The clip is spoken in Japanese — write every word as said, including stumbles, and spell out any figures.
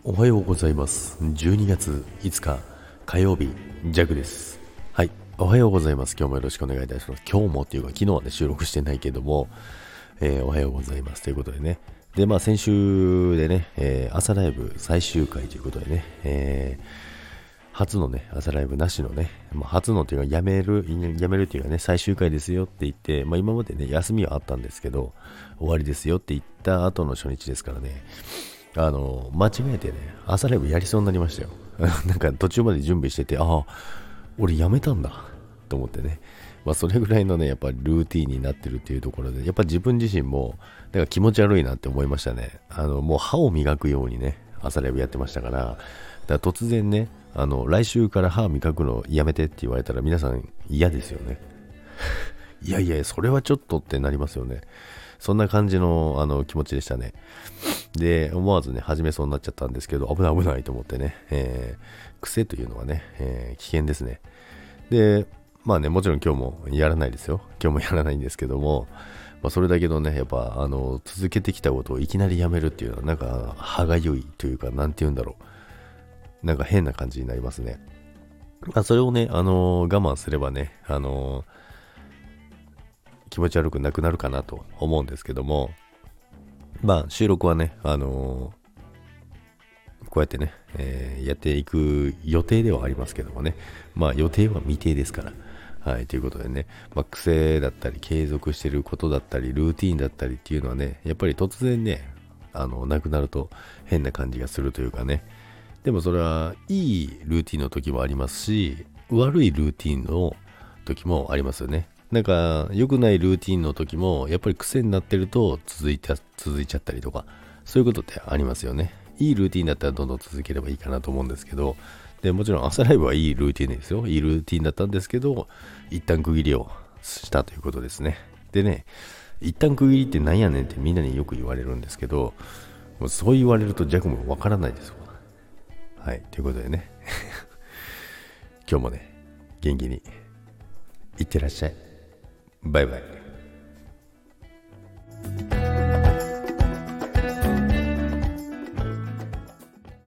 おはようございます。じゅうにがついつか火曜日、ジャグです。はい、おはようございます。今日もよろしくお願いいたします。今日もっていうか昨日はね収録してないけども、えーおはようございますということでね。でまあ先週でね、えー朝ライブ最終回ということでね、えー初のね、朝ライブなしのね、まあ、初のというか、やめる、やめるというかね、最終回ですよって言って、まあ、今までね、休みはあったんですけど、終わりですよって言った後の初日ですからね、あの、間違えてね、朝ライブやりそうになりましたよ。なんか途中まで準備してて、ああ、俺やめたんだ、と思ってね。まあ、それぐらいのね、やっぱりルーティーンになってるっていうところで、やっぱ自分自身も、なんか気持ち悪いなって思いましたね。あの、もう歯を磨くようにね、朝ライブやってましたから、だから突然ね、あの、来週から歯磨くのやめてって言われたら皆さん嫌ですよね。いやいや、それはちょっとってなりますよね。そんな感じの、あの、気持ちでしたね。で、思わずね、始めそうになっちゃったんですけど、危ない危ないと思ってね、えー、癖というのはね、えー危険ですね。で、まあね、もちろん今日もやらないですよ。今日もやらないんですけども、まあ、それだけのね、やっぱ、あの、続けてきたことをいきなりやめるっていうのは、なんか、歯がゆいというか、なんて言うんだろう。なんか変な感じになりますね。まあ、それをね、あのー我慢すればね、あのー気持ち悪くなくなるかなと思うんですけども、まあ、収録はね、あのーこうやってね、えーやっていく予定ではありますけどもね、まあ予定は未定ですから、はい、ということでね、まあ、癖だったり継続していることだったりルーティーンだったりっていうのはね、やっぱり突然ね、あのなくなると変な感じがするというかね。でもそれはいいルーティンの時もありますし、悪いルーティンの時もありますよね。なんか良くないルーティンの時もやっぱり癖になってると続いた続いちゃったりとか、そういうことってありますよね。いいルーティンだったらどんどん続ければいいかなと思うんですけど、でもちろん朝ライブはいいルーティンですよ。いいルーティンだったんですけど、一旦区切りをしたということですね。でね、一旦区切りってなんやねんってみんなによく言われるんですけど、もうそう言われるとジャクもわからないですわ。はい、ということでね、今日もね、元気にいってらっしゃい。バイバイ。